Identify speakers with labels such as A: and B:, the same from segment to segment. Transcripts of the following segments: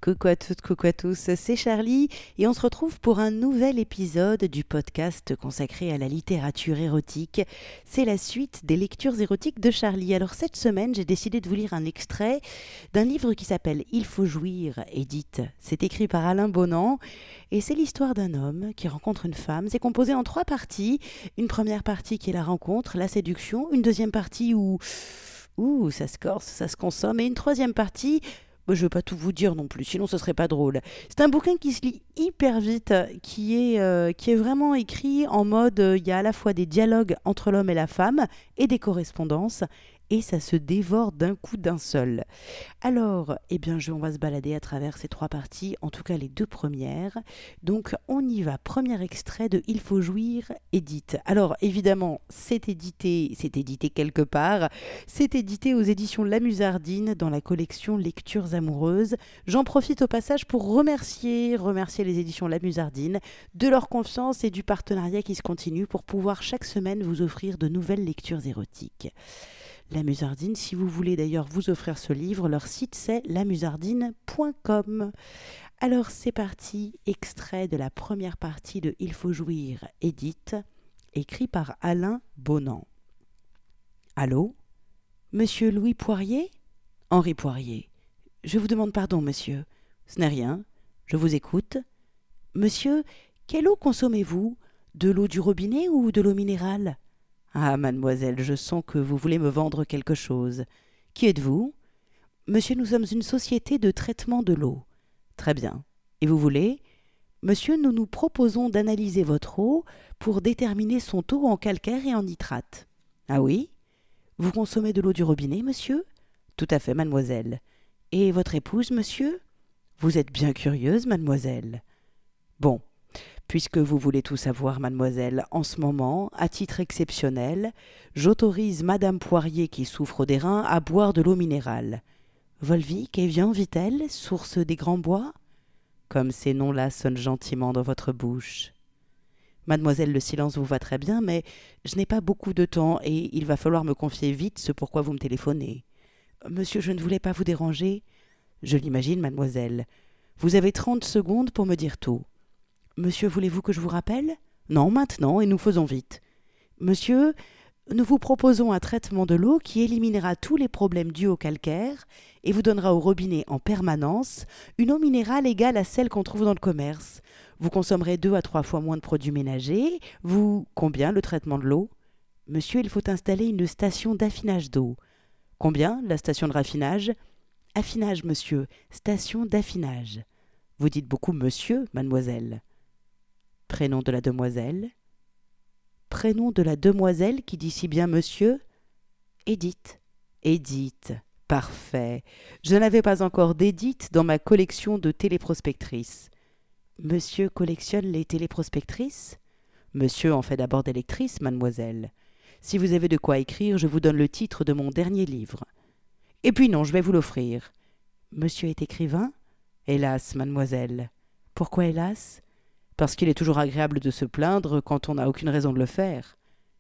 A: Coucou à toutes, coucou à tous, c'est Charlie et on se retrouve pour un nouvel épisode du podcast consacré à la littérature érotique. C'est la suite des lectures érotiques de Charlie. Alors cette semaine, j'ai décidé de vous lire un extrait d'un livre qui s'appelle « Il faut jouir », édite. C'est écrit par Alain Bonan et c'est l'histoire d'un homme qui rencontre une femme. C'est composé en 3 parties. Une première partie qui est la rencontre, la séduction. Une deuxième partie où ça se corse, ça se consomme. Et une troisième partie... Je ne veux pas tout vous dire non plus, sinon ce serait pas drôle. C'est un bouquin qui se lit hyper vite, qui est vraiment écrit en mode, il y a à la fois des dialogues entre l'homme et la femme et des correspondances, et ça se dévore d'un coup d'un seul. Alors, on va se balader à travers ces 3 parties, en tout cas les 2 premières. Donc on y va, premier extrait de Il faut jouir, édite. Alors évidemment, c'est édité quelque part, c'est édité aux éditions La Musardine dans la collection Lectures amoureuses. J'en profite au passage pour remercier les éditions La Musardine de leur confiance et du partenariat qui se continue pour pouvoir chaque semaine vous offrir de nouvelles lectures érotiques. La Musardine, si vous voulez d'ailleurs vous offrir ce livre, leur site c'est lamusardine.com. Alors c'est parti, extrait de la première partie de Il faut jouir, édite, écrit par Alain Bonan. Allô ? Monsieur Louis Poirier ? Henri Poirier. Je vous demande pardon, monsieur. Ce n'est rien, je vous écoute. Monsieur, quelle eau consommez-vous ? De l'eau du robinet ou de l'eau minérale ? Ah, mademoiselle, je sens que vous voulez me vendre quelque chose. Qui êtes-vous ? Monsieur, nous sommes une société de traitement de l'eau. Très bien. Et vous voulez ? Monsieur, nous nous proposons d'analyser votre eau pour déterminer son taux en calcaire et en nitrate. Ah oui ? Vous consommez de l'eau du robinet, monsieur ? Tout à fait, mademoiselle. Et votre épouse, monsieur ? Vous êtes bien curieuse, mademoiselle. Bon. Puisque vous voulez tout savoir, mademoiselle, en ce moment, à titre exceptionnel, j'autorise madame Poirier qui souffre des reins à boire de l'eau minérale. Volvic, Evian, Vittel, source des Grands Bois ? Comme ces noms-là sonnent gentiment dans votre bouche. Mademoiselle, le silence vous va très bien, mais je n'ai pas beaucoup de temps et il va falloir me confier vite ce pourquoi vous me téléphonez. Monsieur, je ne voulais pas vous déranger. Je l'imagine, mademoiselle. Vous avez 30 secondes pour me dire tout. Monsieur, voulez-vous que je vous rappelle ? Non, maintenant, et nous faisons vite. Monsieur, nous vous proposons un traitement de l'eau qui éliminera tous les problèmes dus au calcaire et vous donnera au robinet en permanence une eau minérale égale à celle qu'on trouve dans le commerce. Vous consommerez 2 à 3 fois moins de produits ménagers. Combien le traitement de l'eau ? Monsieur, il faut installer une station d'affinage d'eau. Combien la station de raffinage ? Affinage, monsieur, station d'affinage. Vous dites beaucoup monsieur, mademoiselle. Prénom de la demoiselle. Prénom de la demoiselle qui dit si bien monsieur. Édith. Édith. Parfait. Je n'avais pas encore d'Édith dans ma collection de téléprospectrices. Monsieur collectionne les téléprospectrices ? Monsieur en fait d'abord des lectrices, mademoiselle. Si vous avez de quoi écrire, je vous donne le titre de mon dernier livre. Et puis non, je vais vous l'offrir. Monsieur est écrivain ? Hélas, mademoiselle. Pourquoi hélas ? Parce qu'il est toujours agréable de se plaindre quand on n'a aucune raison de le faire.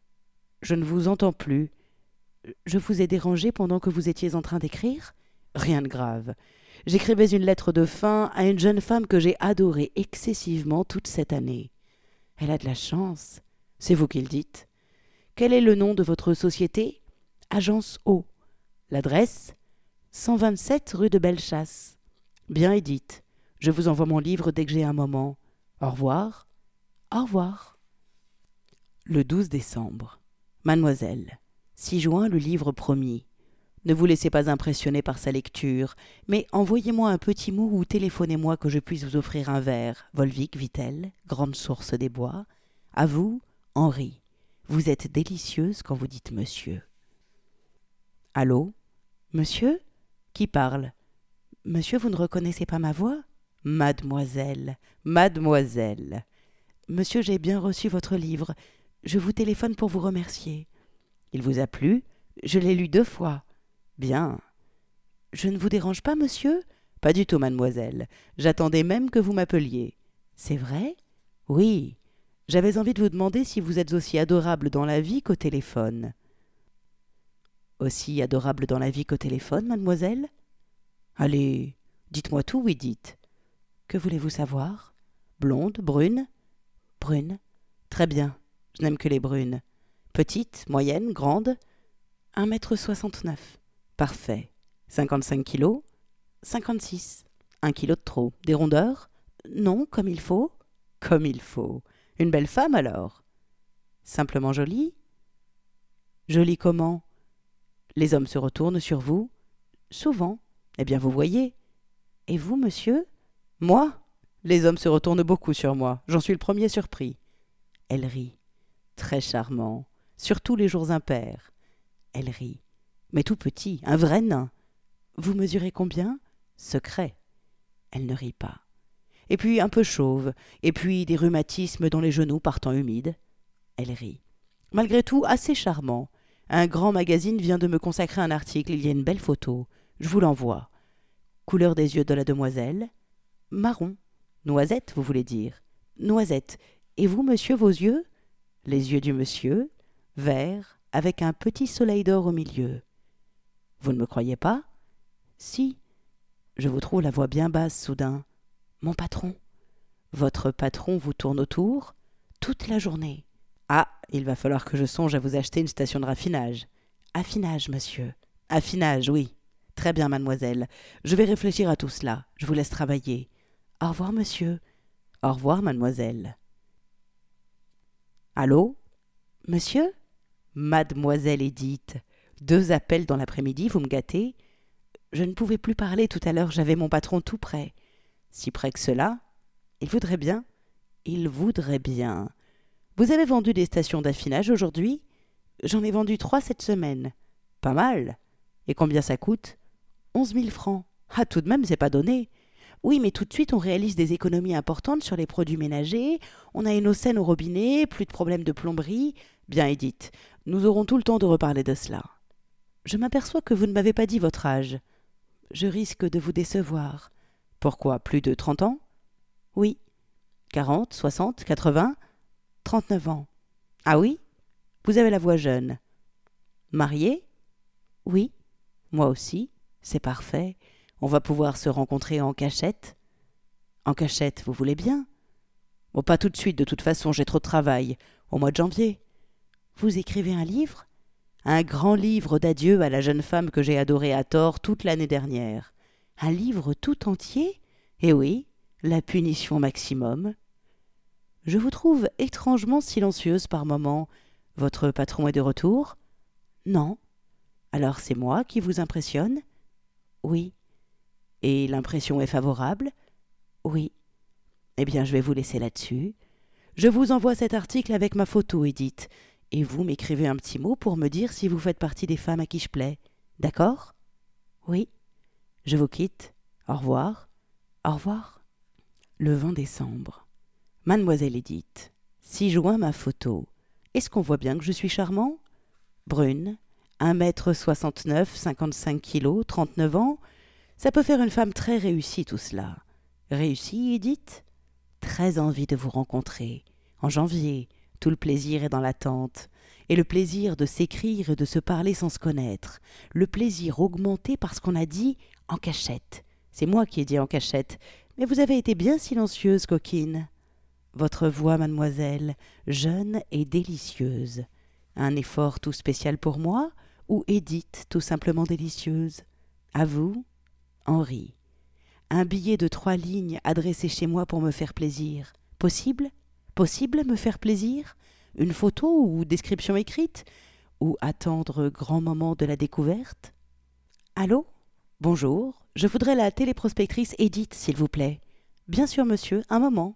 A: Je ne vous entends plus. Je vous ai dérangé pendant que vous étiez en train d'écrire ? Rien de grave. J'écrivais une lettre de fin à une jeune femme que j'ai adorée excessivement toute cette année. Elle a de la chance. C'est vous qui le dites. Quel est le nom de votre société ? Agence O. L'adresse ? 127 rue de Bellechasse. Bien, Édith. Je vous envoie mon livre dès que j'ai un moment. Au revoir. Au revoir. Le 12 décembre. Mademoiselle, 6 juin, le livre promis. Ne vous laissez pas impressionner par sa lecture, mais envoyez-moi un petit mot ou téléphonez-moi que je puisse vous offrir un verre. Volvic, Vittel, grande source des bois. À vous, Henri. Vous êtes délicieuse quand vous dites monsieur. Allô ? Monsieur ? Qui parle ? Monsieur, vous ne reconnaissez pas ma voix ? Mademoiselle, mademoiselle. Monsieur, j'ai bien reçu votre livre. Je vous téléphone pour vous remercier. Il vous a plu ? Je l'ai lu 2 fois. Bien. Je ne vous dérange pas, monsieur ? Pas du tout, mademoiselle. J'attendais même que vous m'appeliez. C'est vrai ? Oui. J'avais envie de vous demander si vous êtes aussi adorable dans la vie qu'au téléphone. Aussi adorable dans la vie qu'au téléphone, mademoiselle ? Allez, Dites-moi tout, Edith. Que voulez-vous savoir? Blonde, brune? Brune. Très bien, je n'aime que les brunes. Petite, moyenne, grande? 1,69 m. Parfait. 55 kilos? 56. 1 kilo de trop. Des rondeurs? Non, comme il faut. Comme il faut. Une belle femme alors? Simplement jolie? Jolie comment? Les hommes se retournent sur vous? Souvent. Eh bien, vous voyez. Et vous, monsieur? Moi? Les hommes se retournent beaucoup sur moi. J'en suis le premier surpris. Elle rit. Très charmant. Surtout les jours impairs. Elle rit. Mais tout petit, un vrai nain. Vous mesurez combien? Secret. Elle ne rit pas. Et puis un peu chauve, et puis des rhumatismes dans les genoux partant humides. Elle rit. Malgré tout, assez charmant. Un grand magazine vient de me consacrer un article, il y a une belle photo. Je vous l'envoie. Couleur des yeux de la demoiselle? Marron. Noisette, vous voulez dire? Noisette. Et vous, monsieur, vos yeux? Les yeux du monsieur? Verts, avec un petit soleil d'or au milieu. Vous ne me croyez pas? Si. Je vous trouve la voix bien basse soudain. Mon patron. Votre patron vous tourne autour? Toute la journée. Ah, il va falloir que je songe à vous acheter une station de raffinage. Affinage, monsieur. Affinage, oui. Très bien, mademoiselle. Je vais réfléchir à tout cela. Je vous laisse travailler. Au revoir, monsieur. Au revoir, mademoiselle. Allô? Monsieur? Mademoiselle Edith. 2 appels dans l'après-midi, vous me gâtez? Je ne pouvais plus parler tout à l'heure, j'avais mon patron tout près. Si près que cela? Il voudrait bien. Il voudrait bien. Vous avez vendu des stations d'affinage aujourd'hui? J'en ai vendu 3 cette semaine. Pas mal. Et combien ça coûte? 11 000 francs. Ah, tout de même, c'est pas donné. Oui, mais tout de suite, on réalise des économies importantes sur les produits ménagers. On a une eau saine au robinet, plus de problèmes de plomberie. Bien, Edith, nous aurons tout le temps de reparler de cela. Je m'aperçois que vous ne m'avez pas dit votre âge. Je risque de vous décevoir. Pourquoi, plus de 30 ans? Oui. 40, 60, 80, 39 ans. Ah oui? Vous avez la voix jeune. Marié? Oui. Moi aussi. C'est parfait. On va pouvoir se rencontrer en cachette. En cachette, vous voulez bien? Bon, pas tout de suite, de toute façon, j'ai trop de travail. Au mois de janvier. Vous écrivez un livre? Un grand livre d'adieu à la jeune femme que j'ai adorée à tort toute l'année dernière. Un livre tout entier? Eh oui, la punition maximum. Je vous trouve étrangement silencieuse par moments. Votre patron est de retour? Non. Alors c'est moi qui vous impressionne? Oui. Et l'impression est favorable? Oui. Eh bien, je vais vous laisser là-dessus. Je vous envoie cet article avec ma photo, Edith, et vous m'écrivez un petit mot pour me dire si vous faites partie des femmes à qui je plais. D'accord? Oui. Je vous quitte. Au revoir. Au revoir. Le 20 décembre. Mademoiselle Edith, 6 juin ma photo. Est-ce qu'on voit bien que je suis charmant? Brune, 1,69 m, 55 kilos, 39 ans. Ça peut faire une femme très réussie tout cela. Réussie, Edith? Très envie de vous rencontrer. En janvier, tout le plaisir est dans l'attente. Et le plaisir de s'écrire et de se parler sans se connaître. Le plaisir augmenté parce qu'on a dit en cachette. C'est moi qui ai dit en cachette. Mais vous avez été bien silencieuse, coquine. Votre voix, mademoiselle, jeune et délicieuse. Un effort tout spécial pour moi, ou Edith tout simplement délicieuse? À vous, Henri. Un billet de 3 lignes adressé chez moi pour me faire plaisir. Possible? Possible me faire plaisir? Une photo ou description écrite? Ou attendre grand moment de la découverte? Allô? Bonjour, je voudrais la téléprospectrice Edith, s'il vous plaît. Bien sûr, monsieur, un moment.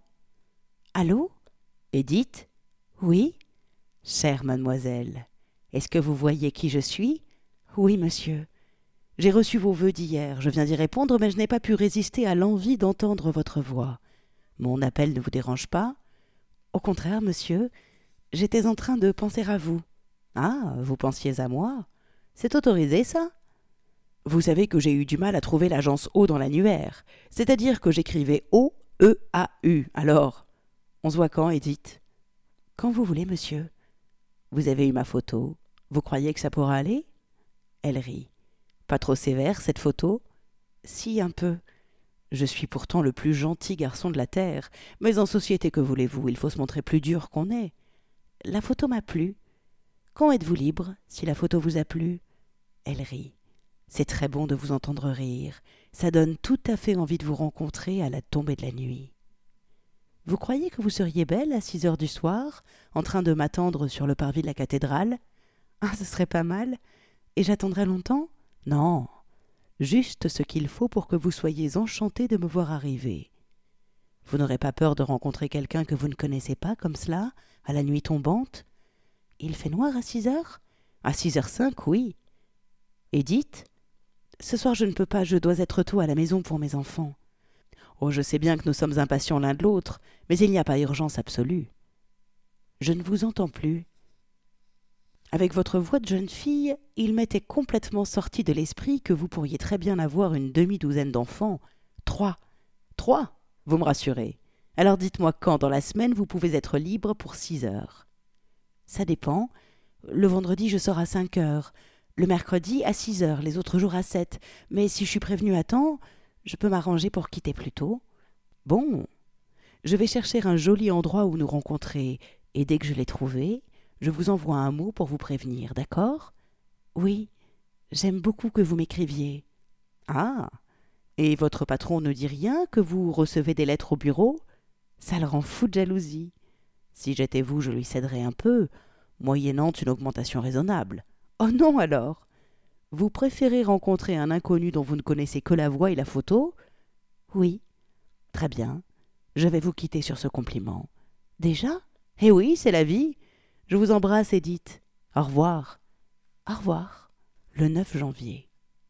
A: Allô? Edith? Oui? Chère mademoiselle, est-ce que vous voyez qui je suis? Oui, monsieur. J'ai reçu vos vœux d'hier, je viens d'y répondre, mais je n'ai pas pu résister à l'envie d'entendre votre voix. Mon appel ne vous dérange pas? Au contraire, monsieur, j'étais en train de penser à vous. Ah, vous pensiez à moi? C'est autorisé, ça? Vous savez que j'ai eu du mal à trouver l'agence O dans l'annuaire, c'est-à-dire que j'écrivais O-E-A-U. Alors, on se voit quand, Edith? Quand vous voulez, monsieur. Vous avez eu ma photo. Vous croyez que ça pourra aller? Elle rit. Pas trop sévère, cette photo? Si, un peu. Je suis pourtant le plus gentil garçon de la terre, mais en société, que voulez-vous, il faut se montrer plus dur qu'on est. La photo m'a plu. Quand êtes-vous libre, si la photo vous a plu ? Elle rit. C'est très bon de vous entendre rire. Ça donne tout à fait envie de vous rencontrer à la tombée de la nuit. Vous croyez que vous seriez belle à 6 heures du soir, en train de m'attendre sur le parvis de la cathédrale ? Ah, ce serait pas mal. Et j'attendrai longtemps ? Non, juste ce qu'il faut pour que vous soyez enchanté de me voir arriver. Vous n'aurez pas peur de rencontrer quelqu'un que vous ne connaissez pas, comme cela, à la nuit tombante ? Il fait noir à 6 heures ? À 6h05, oui. Et dites ? Ce soir je ne peux pas, je dois être tôt à la maison pour mes enfants. Oh, je sais bien que nous sommes impatients l'un de l'autre, mais il n'y a pas urgence absolue. Je ne vous entends plus. Avec votre voix de jeune fille, il m'était complètement sorti de l'esprit que vous pourriez très bien avoir une demi-douzaine d'enfants. 3. Vous me rassurez. Alors dites-moi quand dans la semaine vous pouvez être libre pour 6 heures. Ça dépend. Le vendredi je sors à 5 heures. Le mercredi à 6 heures, les autres jours à 7. Mais si je suis prévenue à temps, je peux m'arranger pour quitter plus tôt. Bon, je vais chercher un joli endroit où nous rencontrer, et dès que je l'ai trouvé, je vous envoie un mot pour vous prévenir, d'accord ? Oui, j'aime beaucoup que vous m'écriviez. Ah, et votre patron ne dit rien que vous recevez des lettres au bureau ? Ça le rend fou de jalousie. Si j'étais vous, je lui céderais un peu, moyennant une augmentation raisonnable. Oh non alors ! Vous préférez rencontrer un inconnu dont vous ne connaissez que la voix et la photo ? Oui. Très bien. Je vais vous quitter sur ce compliment. Déjà ? Eh oui, c'est la vie. Je vous embrasse, Edith. Au revoir. Au revoir. Le 9 janvier.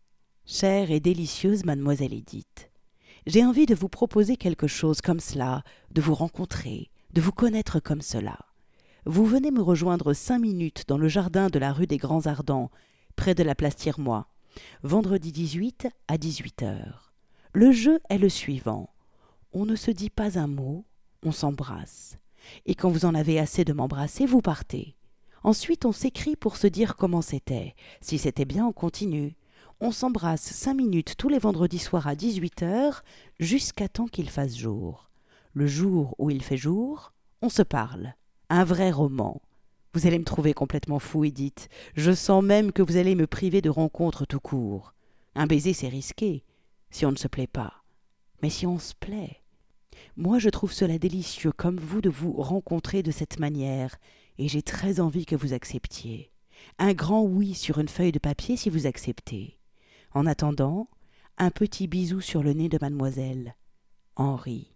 A: Chère et délicieuse mademoiselle Edith, j'ai envie de vous proposer quelque chose comme cela, de vous rencontrer, de vous connaître comme cela. Vous venez me rejoindre 5 minutes dans le jardin de la rue des Grands Ardents, près de la place Tirmoy, vendredi 18 à 18 heures. Le jeu est le suivant. On ne se dit pas un mot, on s'embrasse. Et quand vous en avez assez de m'embrasser, vous partez. Ensuite, on s'écrit pour se dire comment c'était. Si c'était bien, on continue. On s'embrasse 5 minutes tous les vendredis soirs à 18 heures, jusqu'à temps qu'il fasse jour. Le jour où il fait jour, on se parle. Un vrai roman. Vous allez me trouver complètement fou, Edith. Je sens même que vous allez me priver de rencontres tout court. Un baiser, c'est risqué, si on ne se plaît pas. Mais si on se plaît... Moi, je trouve cela délicieux, comme vous, de vous rencontrer de cette manière, et j'ai très envie que vous acceptiez. Un grand oui sur une feuille de papier si vous acceptez. En attendant, un petit bisou sur le nez de mademoiselle. Henri.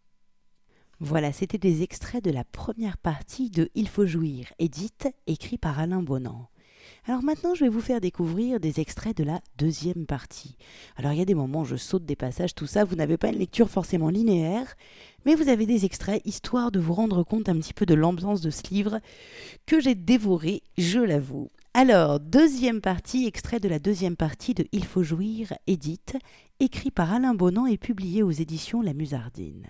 A: Voilà, c'était des extraits de la première partie de Il faut jouir, Edith, écrit par Alain Bonan. Alors maintenant, je vais vous faire découvrir des extraits de la deuxième partie. Alors il y a des moments où je saute des passages, tout ça, vous n'avez pas une lecture forcément linéaire, mais vous avez des extraits, histoire de vous rendre compte un petit peu de l'ambiance de ce livre que j'ai dévoré, je l'avoue. Alors, deuxième partie, extrait de la deuxième partie de Il faut jouir, Edith, écrit par Alain Bonan et publié aux éditions La Musardine.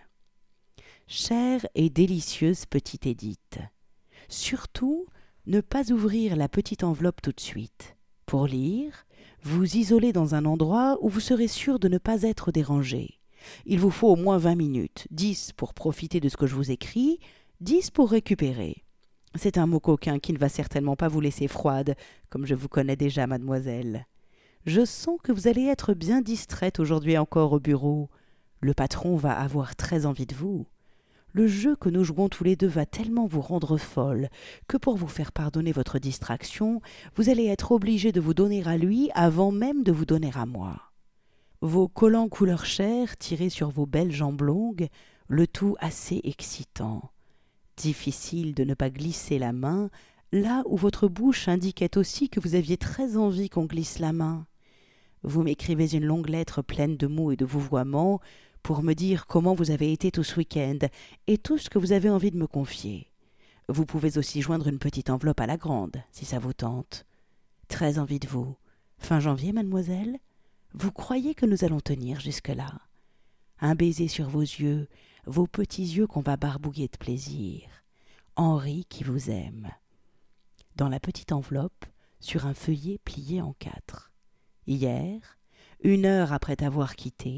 A: Chère et délicieuse petite Edith, surtout, ne pas ouvrir la petite enveloppe tout de suite. Pour lire, vous isoler dans un endroit où vous serez sûr de ne pas être dérangé. Il vous faut au moins 20 minutes, 10 pour profiter de ce que je vous écris, 10 pour récupérer. C'est un mot coquin qui ne va certainement pas vous laisser froide, comme je vous connais déjà, mademoiselle. Je sens que vous allez être bien distraite aujourd'hui encore au bureau. Le patron va avoir très envie de vous. Le jeu que nous jouons tous les deux va tellement vous rendre folle que pour vous faire pardonner votre distraction, vous allez être obligé de vous donner à lui avant même de vous donner à moi. Vos collants couleur chair tirés sur vos belles jambes longues, le tout assez excitant. Difficile de ne pas glisser la main là où votre bouche indiquait aussi que vous aviez très envie qu'on glisse la main. Vous m'écrivez une longue lettre pleine de mots et de vouvoiements pour me dire comment vous avez été tout ce week-end et tout ce que vous avez envie de me confier. Vous pouvez aussi joindre une petite enveloppe à la grande, si ça vous tente. Très envie de vous. Fin janvier, mademoiselle ? Vous croyez que nous allons tenir jusque-là ? Un baiser sur vos yeux, vos petits yeux qu'on va barbouiller de plaisir. Henri qui vous aime. Dans la petite enveloppe, sur un feuillet plié en 4. Hier, 1 heure après t'avoir quitté,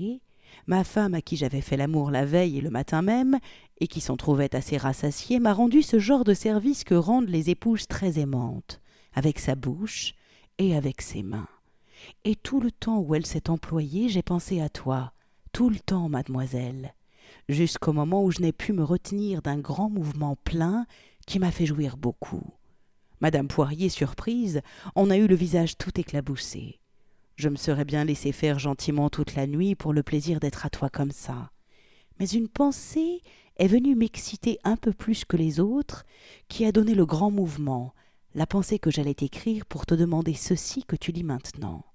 A: Ma femme, à qui j'avais fait l'amour la veille et le matin même, et qui s'en trouvait assez rassasiée, m'a rendu ce genre de service que rendent les épouses très aimantes, avec sa bouche et avec ses mains. Et tout le temps où elle s'est employée, j'ai pensé à toi, tout le temps, mademoiselle, jusqu'au moment où je n'ai pu me retenir d'un grand mouvement plein qui m'a fait jouir beaucoup. Madame Poirier, surprise, en a eu le visage tout éclaboussé. Je me serais bien laissé faire gentiment toute la nuit pour le plaisir d'être à toi comme ça. Mais une pensée est venue m'exciter un peu plus que les autres, qui a donné le grand mouvement, la pensée que j'allais t'écrire pour te demander ceci que tu lis maintenant.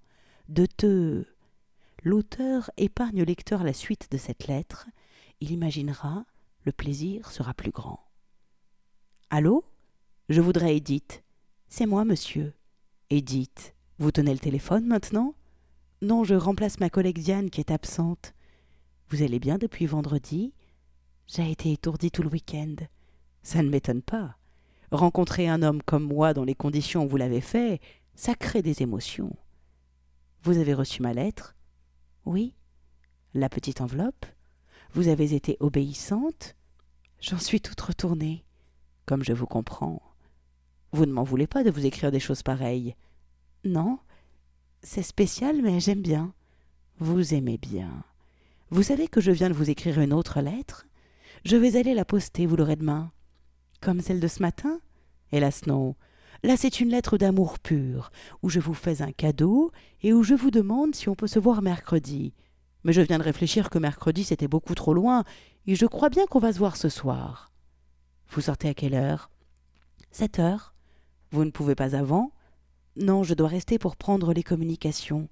A: L'auteur épargne au lecteur la suite de cette lettre. Il imaginera, le plaisir sera plus grand. Allô ? Je voudrais Édith. C'est moi, monsieur. Édith, vous tenez le téléphone maintenant ? Non, je remplace ma collègue Diane qui est absente. Vous allez bien depuis vendredi ? J'ai été étourdie tout le week-end. Ça ne m'étonne pas. Rencontrer un homme comme moi dans les conditions où vous l'avez fait, ça crée des émotions. Vous avez reçu ma lettre ? Oui. La petite enveloppe ? Vous avez été obéissante ? J'en suis toute retournée. Comme je vous comprends. Vous ne m'en voulez pas de vous écrire des choses pareilles ? Non, c'est spécial, mais j'aime bien. Vous aimez bien. Vous savez que je viens de vous écrire une autre lettre ? Je vais aller la poster, vous l'aurez demain. Comme celle de ce matin ? Hélas non. Là, c'est une lettre d'amour pur, où je vous fais un cadeau et où je vous demande si on peut se voir mercredi. Mais je viens de réfléchir que mercredi, c'était beaucoup trop loin, et je crois bien qu'on va se voir ce soir. Vous sortez à quelle heure ? 7 heures. Vous ne pouvez pas avant ? Non, je dois rester pour prendre les communications.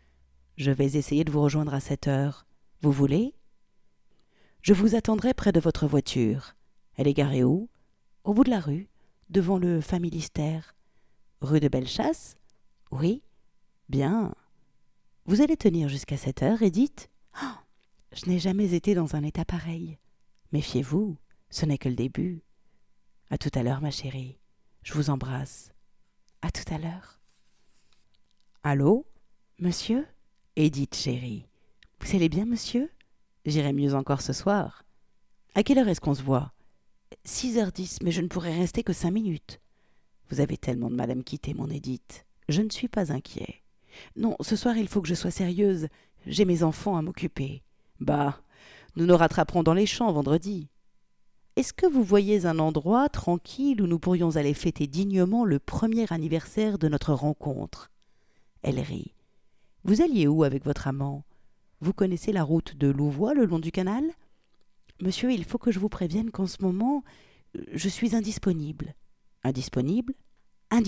A: Je vais essayer de vous rejoindre à 7 heures. Vous voulez ? Je vous attendrai près de votre voiture. Elle est garée où ? Au bout de la rue, devant le Familistère. Rue de Bellechasse ? Oui. Bien. Vous allez tenir jusqu'à 7 heures, Édith ? Oh, je n'ai jamais été dans un état pareil. Méfiez-vous, ce n'est que le début. À tout à l'heure, ma chérie. Je vous embrasse. À tout à l'heure. Allô ? Monsieur ? Édith, chérie. Vous allez bien, monsieur ? J'irai mieux encore ce soir. À quelle heure est-ce qu'on se voit ? 6h10, mais je ne pourrai rester que 5 minutes. Vous avez tellement de mal à me quitter, mon Édith. Je ne suis pas inquiet. Non, ce soir, il faut que je sois sérieuse. J'ai mes enfants à m'occuper. Bah, nous nous rattraperons dans les champs vendredi. Est-ce que vous voyez un endroit tranquille où nous pourrions aller fêter dignement le premier anniversaire de notre rencontre ? Elle rit. Vous alliez où avec votre amant ? Vous connaissez la route de Louvois le long du canal ? Monsieur, il faut que je vous prévienne qu'en ce moment, je suis indisponible. Indisponible ? Indisponible ?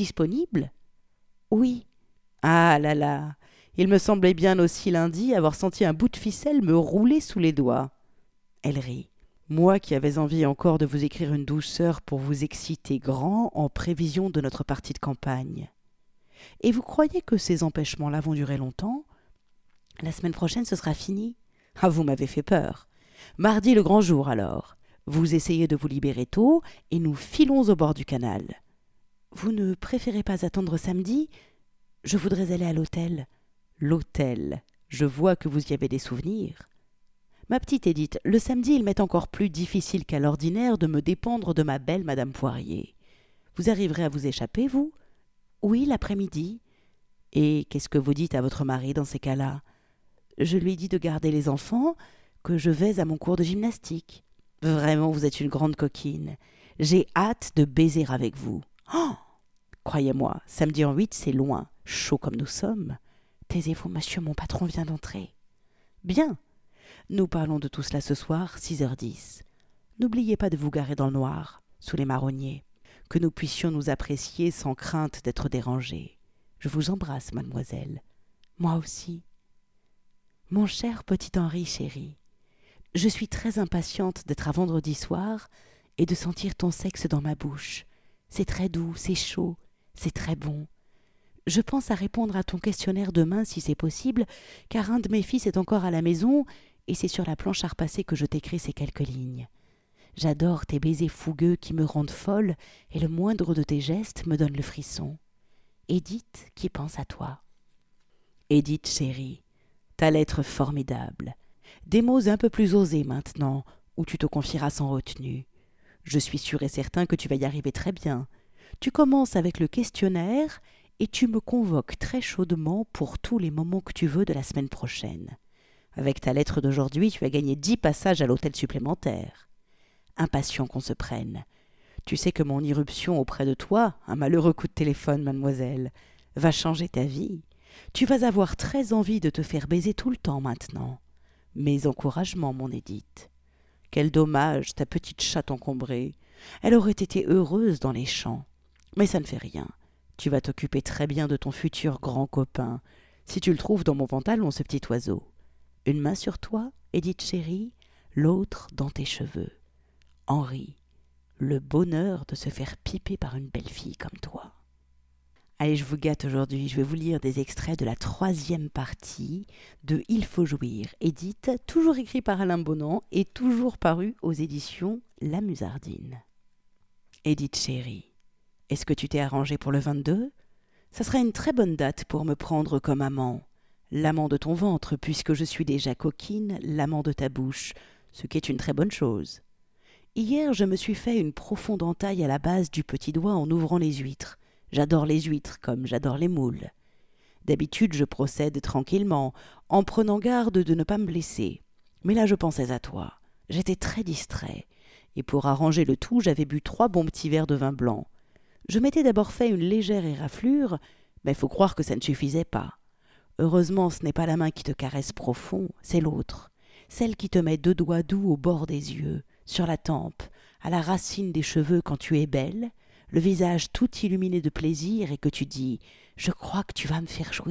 A: Oui. Ah là là, il me semblait bien aussi lundi avoir senti un bout de ficelle me rouler sous les doigts. Elle rit. Moi qui avais envie encore de vous écrire une douceur pour vous exciter grand en prévision de notre partie de campagne. Et vous croyez que ces empêchements-là vont durer longtemps ? La semaine prochaine, ce sera fini. Ah, vous m'avez fait peur. Mardi, le grand jour, alors. Vous essayez de vous libérer tôt, et nous filons au bord du canal. Vous ne préférez pas attendre samedi ? Je voudrais aller à l'hôtel. L'hôtel. Je vois que vous y avez des souvenirs. Ma petite Édith, le samedi, il m'est encore plus difficile qu'à l'ordinaire de me dépendre de ma belle Madame Poirier. Vous arriverez à vous échapper, vous ? Oui, l'après-midi. Et qu'est-ce que vous dites à votre mari dans ces cas-là ? Je lui dis de garder les enfants, que je vais à mon cours de gymnastique. Vraiment, vous êtes une grande coquine. J'ai hâte de baiser avec vous. Oh ! Croyez-moi, samedi en 8, c'est loin, chaud comme nous sommes. Taisez-vous, monsieur, mon patron vient d'entrer. Bien. Nous parlons de tout cela ce soir, 6h10. N'oubliez pas de vous garer dans le noir, sous les marronniers, que nous puissions nous apprécier sans crainte d'être dérangés. Je vous embrasse, mademoiselle. Moi aussi. Mon cher petit Henri chéri, je suis très impatiente d'être à vendredi soir et de sentir ton sexe dans ma bouche. C'est très doux, c'est chaud, c'est très bon. Je pense à répondre à ton questionnaire demain si c'est possible, car un de mes fils est encore à la maison et c'est sur la planche à repasser que je t'écris ces quelques lignes. J'adore tes baisers fougueux qui me rendent folle et le moindre de tes gestes me donne le frisson. Édith qui pense à toi. Édith chérie, ta lettre formidable. Des mots un peu plus osés maintenant, où tu te confieras sans retenue. Je suis sûr et certain que tu vas y arriver très bien. Tu commences avec le questionnaire et tu me convoques très chaudement pour tous les moments que tu veux de la semaine prochaine. Avec ta lettre d'aujourd'hui, tu as gagné 10 passages à l'hôtel supplémentaires. Impatient qu'on se prenne. Tu sais que mon irruption auprès de toi, un malheureux coup de téléphone, mademoiselle, va changer ta vie. Tu vas avoir très envie de te faire baiser tout le temps maintenant. Mes encouragements, mon Édith. Quel dommage, ta petite chatte encombrée. Elle aurait été heureuse dans les champs. Mais ça ne fait rien. Tu vas t'occuper très bien de ton futur grand copain, si tu le trouves dans mon pantalon, ce petit oiseau. Une main sur toi, Édith chérie, l'autre dans tes cheveux. Henri, le bonheur de se faire piper par une belle fille comme toi. Allez, je vous gâte aujourd'hui, je vais vous lire des extraits de la 3e partie de Il faut jouir, Édith, toujours écrit par Alain Bonan et toujours paru aux éditions La Musardine. Édith chérie, est-ce que tu t'es arrangée pour le 22 ? Ça sera une très bonne date pour me prendre comme amant. L'amant de ton ventre, puisque je suis déjà coquine, l'amant de ta bouche, ce qui est une très bonne chose. Hier, je me suis fait une profonde entaille à la base du petit doigt en ouvrant les huîtres. J'adore les huîtres comme j'adore les moules. D'habitude, je procède tranquillement, en prenant garde de ne pas me blesser. Mais là, je pensais à toi. J'étais très distrait. Et pour arranger le tout, j'avais bu 3 bons petits verres de vin blanc. Je m'étais d'abord fait une légère éraflure, mais faut croire que ça ne suffisait pas. Heureusement, ce n'est pas la main qui te caresse profond, c'est l'autre. Celle qui te met 2 doigts doux au bord des yeux, sur la tempe, à la racine des cheveux quand tu es belle, le visage tout illuminé de plaisir et que tu dis « Je crois que tu vas me faire jouir ».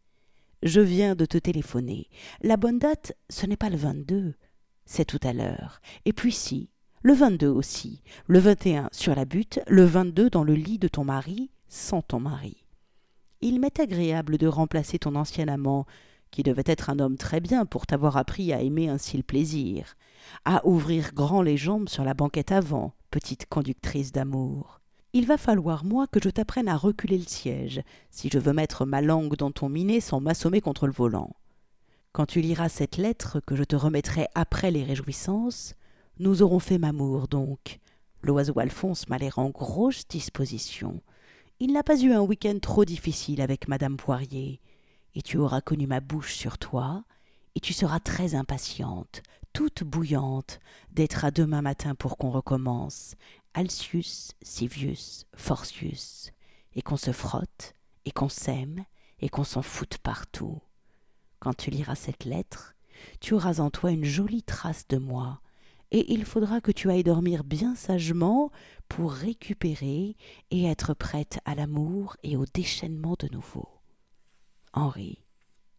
A: Je viens de te téléphoner. La bonne date, ce n'est pas le 22, c'est tout à l'heure. Et puis si, le 22 aussi, le 21 sur la butte, le 22 dans le lit de ton mari, sans ton mari. Il m'est agréable de remplacer ton ancien amant, qui devait être un homme très bien pour t'avoir appris à aimer ainsi le plaisir, à ouvrir grand les jambes sur la banquette avant, petite conductrice d'amour. Il va falloir, moi, que je t'apprenne à reculer le siège, si je veux mettre ma langue dans ton minet sans m'assommer contre le volant. Quand tu liras cette lettre que je te remettrai après les réjouissances, nous aurons fait m'amour, donc. L'oiseau Alphonse m'a l'air en grosse disposition. Il n'a pas eu un week-end trop difficile avec Madame Poirier. Et tu auras connu ma bouche sur toi, et tu seras très impatiente, toute bouillante, d'être à demain matin pour qu'on recommence, Alcius, Sivius, Forcius, et qu'on se frotte, et qu'on s'aime, et qu'on s'en foute partout. Quand tu liras cette lettre, tu auras en toi une jolie trace de moi, et il faudra que tu ailles dormir bien sagement pour récupérer et être prête à l'amour et au déchaînement de nouveau. Henri. Allô ?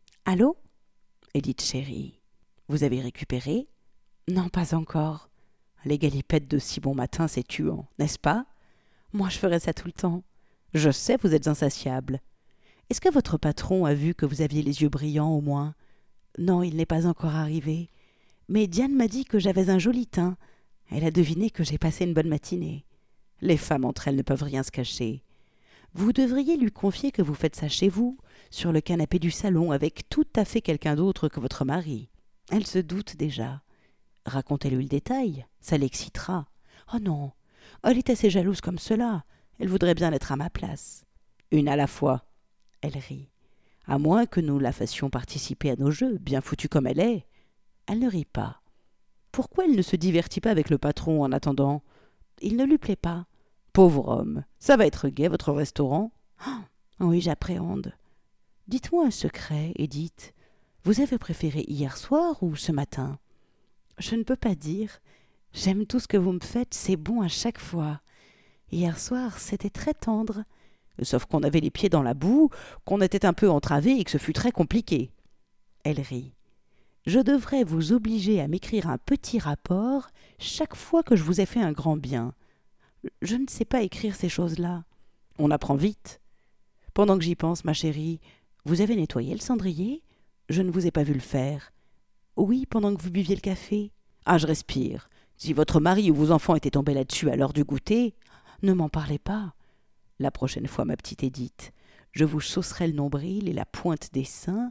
A: Édith chérie. Vous avez récupéré ? Non, pas encore. Les galipettes de si bon matin, c'est tuant, n'est-ce pas ? Moi, je ferais ça tout le temps. Je sais, vous êtes insatiable. Est-ce que votre patron a vu que vous aviez les yeux brillants au moins ? Non, il n'est pas encore arrivé. Mais Diane m'a dit que j'avais un joli teint. Elle a deviné que j'ai passé une bonne matinée. Les femmes entre elles ne peuvent rien se cacher. Vous devriez lui confier que vous faites ça chez vous, sur le canapé du salon, avec tout à fait quelqu'un d'autre que votre mari. Elle se doute déjà. Racontez-lui le détail, ça l'excitera. Oh non, elle est assez jalouse comme cela. Elle voudrait bien être à ma place. Une à la fois. Elle rit. À moins que nous la fassions participer à nos jeux, bien foutue comme elle est. Elle ne rit pas. Pourquoi elle ne se divertit pas avec le patron en attendant ? Il ne lui plaît pas. Pauvre homme, ça va être gai, votre restaurant. Oh, oui, j'appréhende. Dites-moi un secret, Édith. Vous avez préféré hier soir ou ce matin ? Je ne peux pas dire. J'aime tout ce que vous me faites, c'est bon à chaque fois. Hier soir, c'était très tendre. Sauf qu'on avait les pieds dans la boue, qu'on était un peu entravés et que ce fut très compliqué. Elle rit. Je devrais vous obliger à m'écrire un petit rapport chaque fois que je vous ai fait un grand bien. Je ne sais pas écrire ces choses-là. On apprend vite. Pendant que j'y pense, ma chérie, vous avez nettoyé le cendrier ? Je ne vous ai pas vu le faire. Oui, pendant que vous buviez le café. Ah, je respire. Si votre mari ou vos enfants étaient tombés là-dessus à l'heure du goûter, ne m'en parlez pas. La prochaine fois, ma petite Édith, je vous chausserai le nombril et la pointe des seins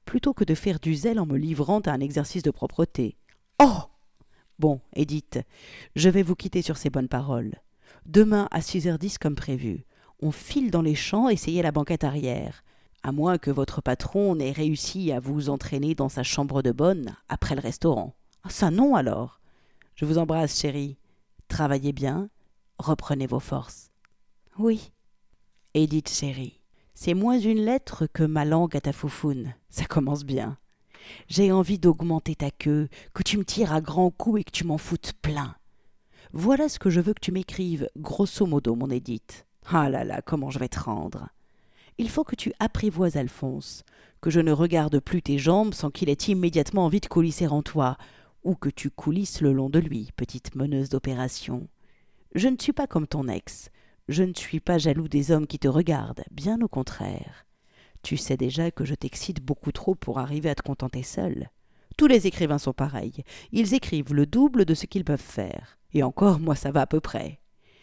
A: plutôt que de faire du zèle en me livrant à un exercice de propreté. Oh! Bon, Edith, je vais vous quitter sur ces bonnes paroles. Demain à 6h10 comme prévu, on file dans les champs essayer la banquette arrière, à moins que votre patron n'ait réussi à vous entraîner dans sa chambre de bonne après le restaurant. Ah, ça non alors. Je vous embrasse, chérie. Travaillez bien, reprenez vos forces. Oui. Edith, chérie, c'est moins une lettre que ma langue à ta foufoune. Ça commence bien. J'ai envie d'augmenter ta queue, que tu me tires à grands coups et que tu m'en foutes plein. Voilà ce que je veux que tu m'écrives, grosso modo, mon Edith. Ah là là, comment je vais te rendre. Il faut que tu apprivoises Alphonse, que je ne regarde plus tes jambes sans qu'il ait immédiatement envie de coulisser en toi, ou que tu coulisses le long de lui, petite meneuse d'opération. Je ne suis pas comme ton ex. Je ne suis pas jaloux des hommes qui te regardent, bien au contraire. Tu sais déjà que je t'excite beaucoup trop pour arriver à te contenter seul. Tous les écrivains sont pareils. Ils écrivent le double de ce qu'ils peuvent faire. Et encore, moi, ça va à peu près.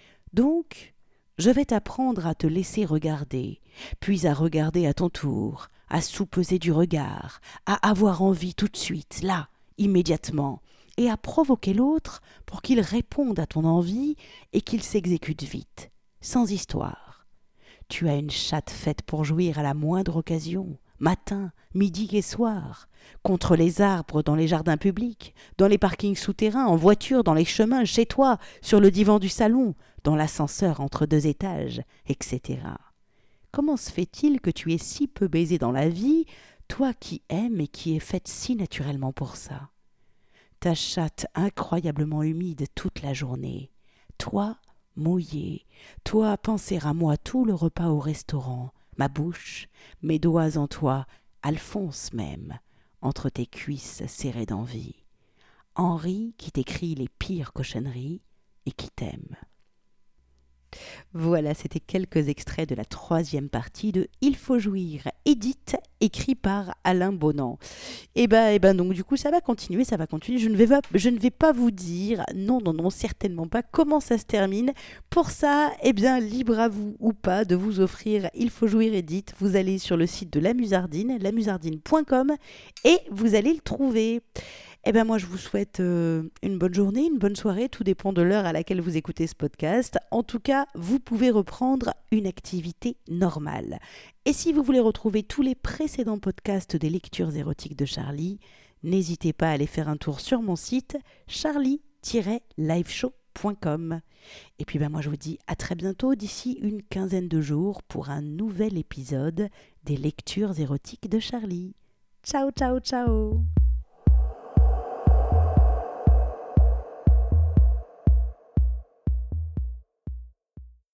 A: Donc, je vais t'apprendre à te laisser regarder, puis à regarder à ton tour, à soupeser du regard, à avoir envie tout de suite, là, immédiatement, et à provoquer l'autre pour qu'il réponde à ton envie et qu'il s'exécute vite, sans histoire. Tu as une chatte faite pour jouir à la moindre occasion, matin, midi et soir, contre les arbres dans les jardins publics, dans les parkings souterrains, en voiture, dans les chemins, chez toi, sur le divan du salon, dans l'ascenseur entre 2 étages, etc. Comment se fait-il que tu aies si peu baisé dans la vie, toi qui aimes et qui es faite si naturellement pour ça? Ta chatte incroyablement humide toute la journée, toi mouillé, toi à penser à moi tout le repas au restaurant, ma bouche, mes doigts en toi, Alphonse même, entre tes cuisses serrées d'envie. Henri qui t'écrit les pires cochonneries et qui t'aime. Voilà, c'était quelques extraits de la 3e partie de Il faut jouir, Edith, écrit par Alain Bonan. Et ben donc du coup ça va continuer. Je ne vais pas vous dire, non, certainement pas, comment ça se termine. Pour ça, libre à vous ou pas de vous offrir Il faut jouir, Edith. Vous allez sur le site de La Musardine, lamusardine.com, et vous allez le trouver. Moi, je vous souhaite une bonne journée, une bonne soirée, tout dépend de l'heure à laquelle vous écoutez ce podcast. En tout cas, vous pouvez reprendre une activité normale. Et si vous voulez retrouver tous les précédents podcasts des lectures érotiques de Charlie, n'hésitez pas à aller faire un tour sur mon site charlie-liveshow.com. Et puis moi, je vous dis à très bientôt, d'ici une quinzaine de jours, pour un nouvel épisode des lectures érotiques de Charlie. Ciao, ciao, ciao!